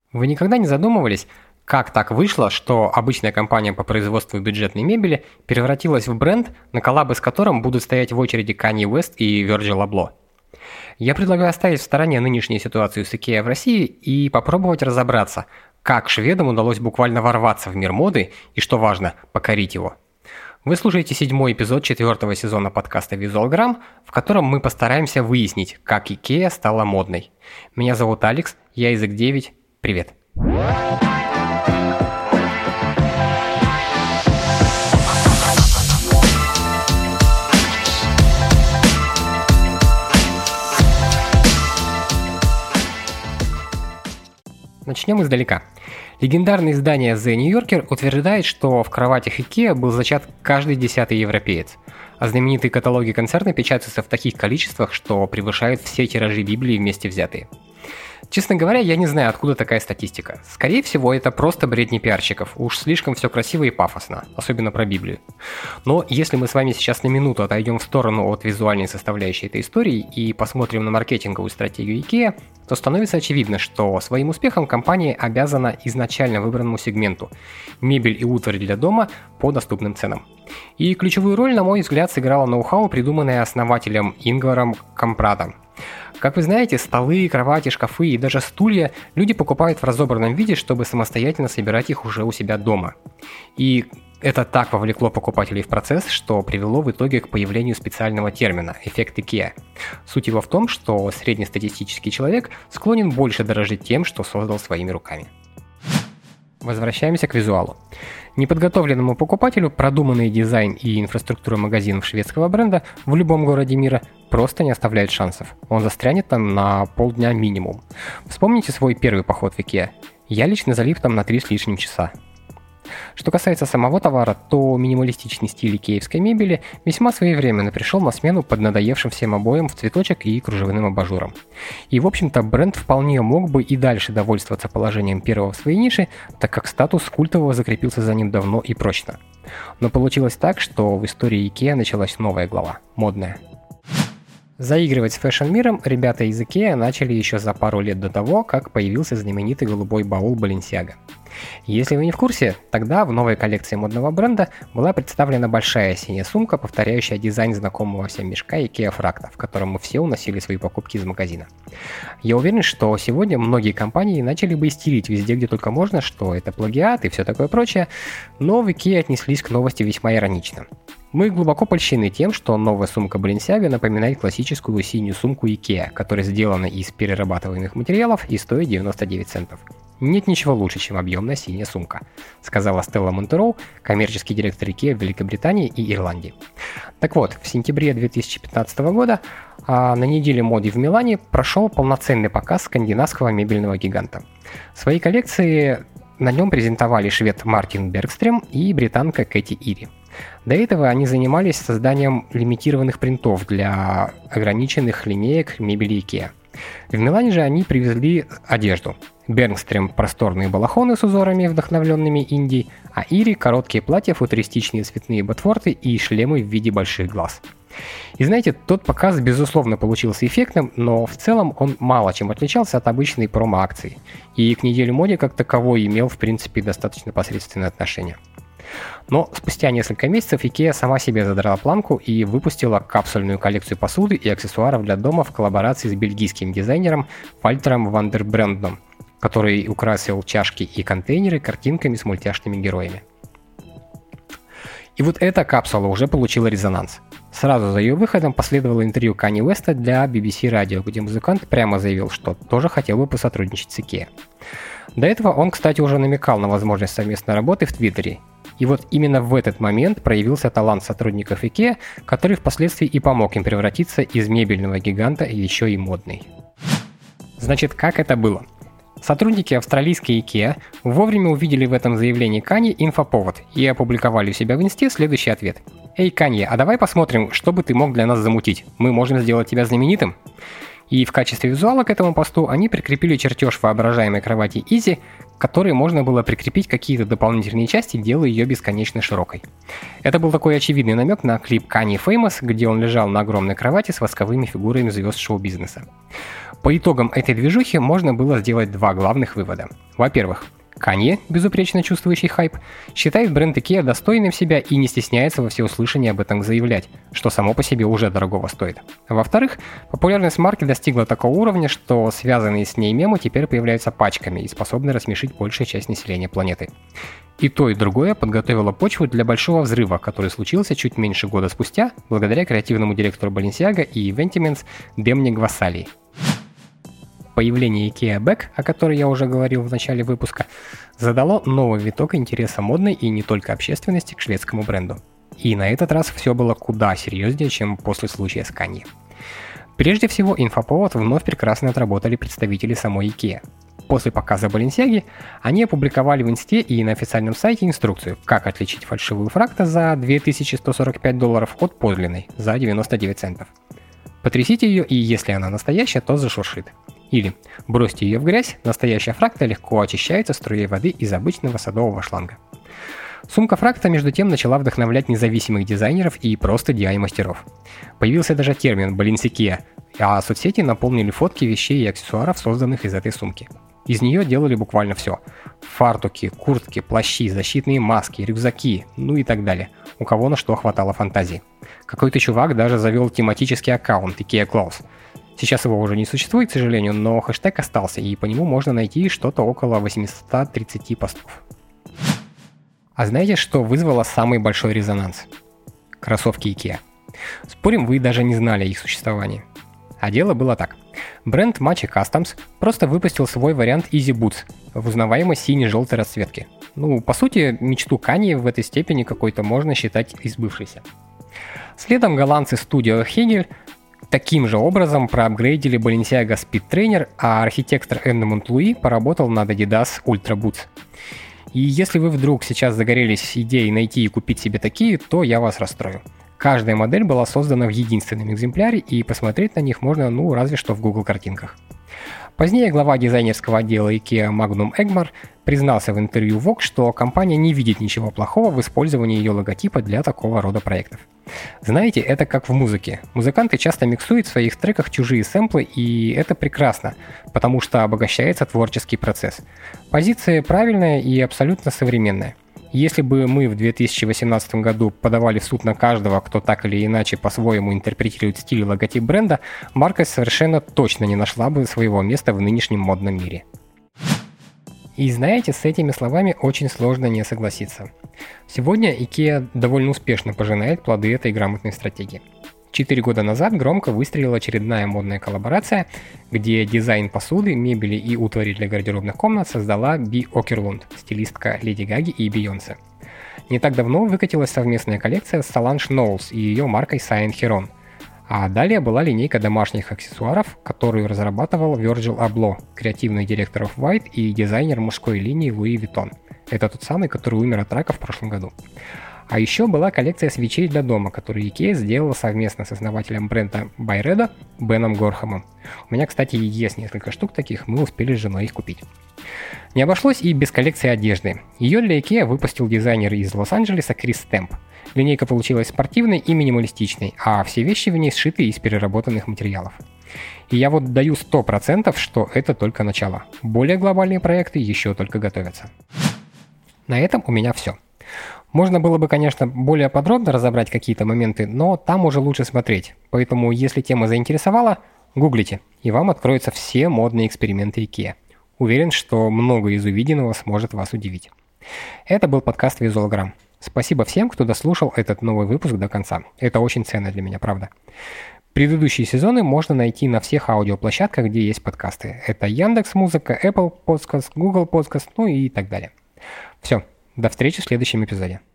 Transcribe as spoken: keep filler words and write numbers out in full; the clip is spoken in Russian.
Вы никогда не задумывались, как так вышло, что обычная компания по производству бюджетной мебели превратилась в бренд, на коллабы с которым будут стоять в очереди Kanye West и Virgil Abloh? Я предлагаю оставить в стороне нынешнюю ситуацию с IKEA в России и попробовать разобраться, как шведам удалось буквально ворваться в мир моды и, что важно, покорить его. Вы слушаете седьмой эпизод четвертого сезона подкаста Visualgram, в котором мы постараемся выяснить, как IKEA стала модной. Меня зовут Алекс, я из ик девять. Привет. Начнем издалека. Легендарное издание The New Yorker утверждает, что в кроватях IKEA был зачат каждый десятый европеец, а знаменитые каталоги концерна печатаются в таких количествах, что превышают все тиражи Библии вместе взятые. Честно говоря, я не знаю, откуда такая статистика. Скорее всего, это просто бредни пиарщиков. Уж слишком все красиво и пафосно, особенно про Библию. Но если мы с вами сейчас на минуту отойдем в сторону от визуальной составляющей этой истории и посмотрим на маркетинговую стратегию IKEA, то становится очевидно, что своим успехом компания обязана изначально выбранному сегменту – мебель и утварь для дома по доступным ценам. И ключевую роль, на мой взгляд, сыграло ноу-хау, придуманное основателем Ингваром Кампрадом. Как вы знаете, столы, кровати, шкафы и даже стулья люди покупают в разобранном виде, чтобы самостоятельно собирать их уже у себя дома. И это так вовлекло покупателей в процесс, что привело в итоге к появлению специального термина – эффект IKEA. Суть его в том, что среднестатистический человек склонен больше дорожить тем, что создал своими руками. Возвращаемся к визуалу. Неподготовленному покупателю продуманный дизайн и инфраструктура магазинов шведского бренда в любом городе мира просто не оставляют шансов. Он застрянет там на полдня минимум. Вспомните свой первый поход в IKEA. Я лично залип там на три с лишним часа. Что касается самого товара, то минималистичный стиль икеевской мебели весьма своевременно пришел на смену поднадоевшим всем обоям в цветочек и кружевным абажурам. И в общем-то бренд вполне мог бы и дальше довольствоваться положением первого в своей нише, так как статус культового закрепился за ним давно и прочно. Но получилось так, что в истории IKEA началась новая глава – модная. Заигрывать с фэшн-миром ребята из IKEA начали еще за пару лет до того, как появился знаменитый голубой баул Balenciaga. Если вы не в курсе, тогда в новой коллекции модного бренда была представлена большая синяя сумка, повторяющая дизайн знакомого всем мешка IKEA Фракта, в котором мы все уносили свои покупки из магазина. Я уверен, что сегодня многие компании начали бы истерить везде, где только можно, что это плагиат и все такое прочее, но в IKEA отнеслись к новости весьма иронично. Мы глубоко польщены тем, что новая сумка Balenciaga напоминает классическую синюю сумку IKEA, которая сделана из перерабатываемых материалов и стоит девяносто девять центов. Нет ничего лучше, чем объемная синяя сумка, сказала Стелла Монтероу, коммерческий директор IKEA в Великобритании и Ирландии. Так вот, в сентябре две тысячи пятнадцатого года а, на неделе моды в Милане прошел полноценный показ скандинавского мебельного гиганта. Свои коллекции на нем презентовали швед Мартин Бергстрем и британка Кэти Ири. До этого они занимались созданием лимитированных принтов для ограниченных линеек мебели IKEA. В Милане же они привезли одежду. Бергстрем – просторные балахоны с узорами, вдохновленными Индией, а Ири – короткие платья, футуристичные цветные ботфорты и шлемы в виде больших глаз. И знаете, тот показ безусловно получился эффектным, но в целом он мало чем отличался от обычной промо-акции. И к неделе моды как таковой имел в принципе достаточно посредственное отношение. Но спустя несколько месяцев IKEA сама себе задрала планку и выпустила капсульную коллекцию посуды и аксессуаров для дома в коллаборации с бельгийским дизайнером Вальтером Вандербрендом, который украсил чашки и контейнеры картинками с мультяшными героями. И вот эта капсула уже получила резонанс. Сразу за ее выходом последовало интервью Kanye West для би би си Radio, где музыкант прямо заявил, что тоже хотел бы посотрудничать с IKEA. До этого он, кстати, уже намекал на возможность совместной работы в Твиттере. И вот именно в этот момент проявился талант сотрудников IKEA, который впоследствии и помог им превратиться из мебельного гиганта еще и модный. Значит, как это было? Сотрудники австралийской IKEA вовремя увидели в этом заявлении Kanye инфоповод и опубликовали у себя в инсте следующий ответ. «Эй, Kanye, а давай посмотрим, что бы ты мог для нас замутить? Мы можем сделать тебя знаменитым?» И в качестве визуала к этому посту они прикрепили чертеж воображаемой кровати Изи, к которой можно было прикрепить какие-то дополнительные части, делая ее бесконечно широкой. Это был такой очевидный намек на клип Kanye Famous, где он лежал на огромной кровати с восковыми фигурами звезд шоу-бизнеса. По итогам этой движухи можно было сделать два главных вывода. Во-первых, Канье, безупречно чувствующий хайп, считает бренд IKEA достойным себя и не стесняется во всеуслышание об этом заявлять, что само по себе уже дорогого стоит. Во-вторых, популярность марки достигла такого уровня, что связанные с ней мемы теперь появляются пачками и способны рассмешить большую часть населения планеты. И то, и другое подготовило почву для большого взрыва, который случился чуть меньше года спустя, благодаря креативному директору Balenciaga и Eventiments Демне Гвассалии. Появление IKEA Back, о которой я уже говорил в начале выпуска, задало новый виток интереса модной и не только общественности к шведскому бренду. И на этот раз все было куда серьезнее, чем после случая с Канье. Прежде всего, инфоповод вновь прекрасно отработали представители самой IKEA. После показа Balenciaga они опубликовали в инсте и на официальном сайте инструкцию, как отличить фальшивую фракта за две тысячи сто сорок пять долларов от подлинной за девяносто девять центов. Потрясите ее, и если она настоящая, то зашуршит. Или бросьте ее в грязь, настоящая фракта легко очищается струей воды из обычного садового шланга. Сумка фракта, между тем, начала вдохновлять независимых дизайнеров и просто ди ай-мастеров. Появился даже термин «Balenciaga», а соцсети наполнили фотки вещей и аксессуаров, созданных из этой сумки. Из нее делали буквально все. Фартуки, куртки, плащи, защитные маски, рюкзаки, ну и так далее. У кого на что хватало фантазии. Какой-то чувак даже завел тематический аккаунт IKEA Clothes. Сейчас его уже не существует, к сожалению, но хэштег остался, и по нему можно найти что-то около восемьсот тридцать постов. А знаете, что вызвало самый большой резонанс? Кроссовки IKEA. Спорим, вы даже не знали о их существовании. А дело было так. Бренд Machi Customs просто выпустил свой вариант Easy Boots в узнаваемой сине-желтой расцветке. Ну, по сути, мечту Канье в этой степени какой-то можно считать избывшейся. Следом голландцы Studio Hegel таким же образом проапгрейдили Balenciaga Speed Trainer, а архитектор Эдмунд Луи поработал над Adidas Ultra Boots. И если вы вдруг сейчас загорелись идеей найти и купить себе такие, то я вас расстрою. Каждая модель была создана в единственном экземпляре, и посмотреть на них можно, ну, разве что в Google картинках. Позднее глава дизайнерского отдела IKEA Magnum Egmar признался в интервью Vogue, что компания не видит ничего плохого в использовании ее логотипа для такого рода проектов. Знаете, это как в музыке. Музыканты часто миксуют в своих треках чужие сэмплы, и это прекрасно, потому что обогащается творческий процесс. Позиция правильная и абсолютно современная. Если бы мы в две тысячи восемнадцатом году подавали в суд на каждого, кто так или иначе по-своему интерпретирует стиль и логотип бренда, марка совершенно точно не нашла бы своего места в нынешнем модном мире. И знаете, с этими словами очень сложно не согласиться. Сегодня IKEA довольно успешно пожинает плоды этой грамотной стратегии. Четыре года назад громко выстрелила очередная модная коллаборация, где дизайн посуды, мебели и утвари для гардеробных комнат создала Би Окерлунд, стилистка Леди Гаги и Бейонсе. Не так давно выкатилась совместная коллекция с Solange Knowles и ее маркой Saint Heron. А далее была линейка домашних аксессуаров, которую разрабатывал Virgil Abloh, креативный директор Off-White и дизайнер мужской линии Louis Vuitton. Это тот самый, который умер от рака в прошлом году. А еще была коллекция свечей для дома, которую IKEA сделала совместно с основателем бренда Byredo Беном Горхэмом. У меня, кстати, есть несколько штук таких, мы успели с женой их купить. Не обошлось и без коллекции одежды. Ее для IKEA выпустил дизайнер из Лос-Анджелеса Крис Стэмп. Линейка получилась спортивной и минималистичной, а все вещи в ней сшиты из переработанных материалов. И я вот даю сто процентов, что это только начало. Более глобальные проекты еще только готовятся. На этом у меня все. Можно было бы, конечно, более подробно разобрать какие-то моменты, но там уже лучше смотреть. Поэтому, если тема заинтересовала, гуглите, и вам откроются все модные эксперименты IKEA. Уверен, что многое из увиденного сможет вас удивить. Это был подкаст Визуалграмм. Спасибо всем, кто дослушал этот новый выпуск до конца. Это очень ценно для меня, правда. Предыдущие сезоны можно найти на всех аудиоплощадках, где есть подкасты. Это Яндекс.Музыка, Apple Podcast, Google Podcast, ну и так далее. Все. До встречи в следующем эпизоде.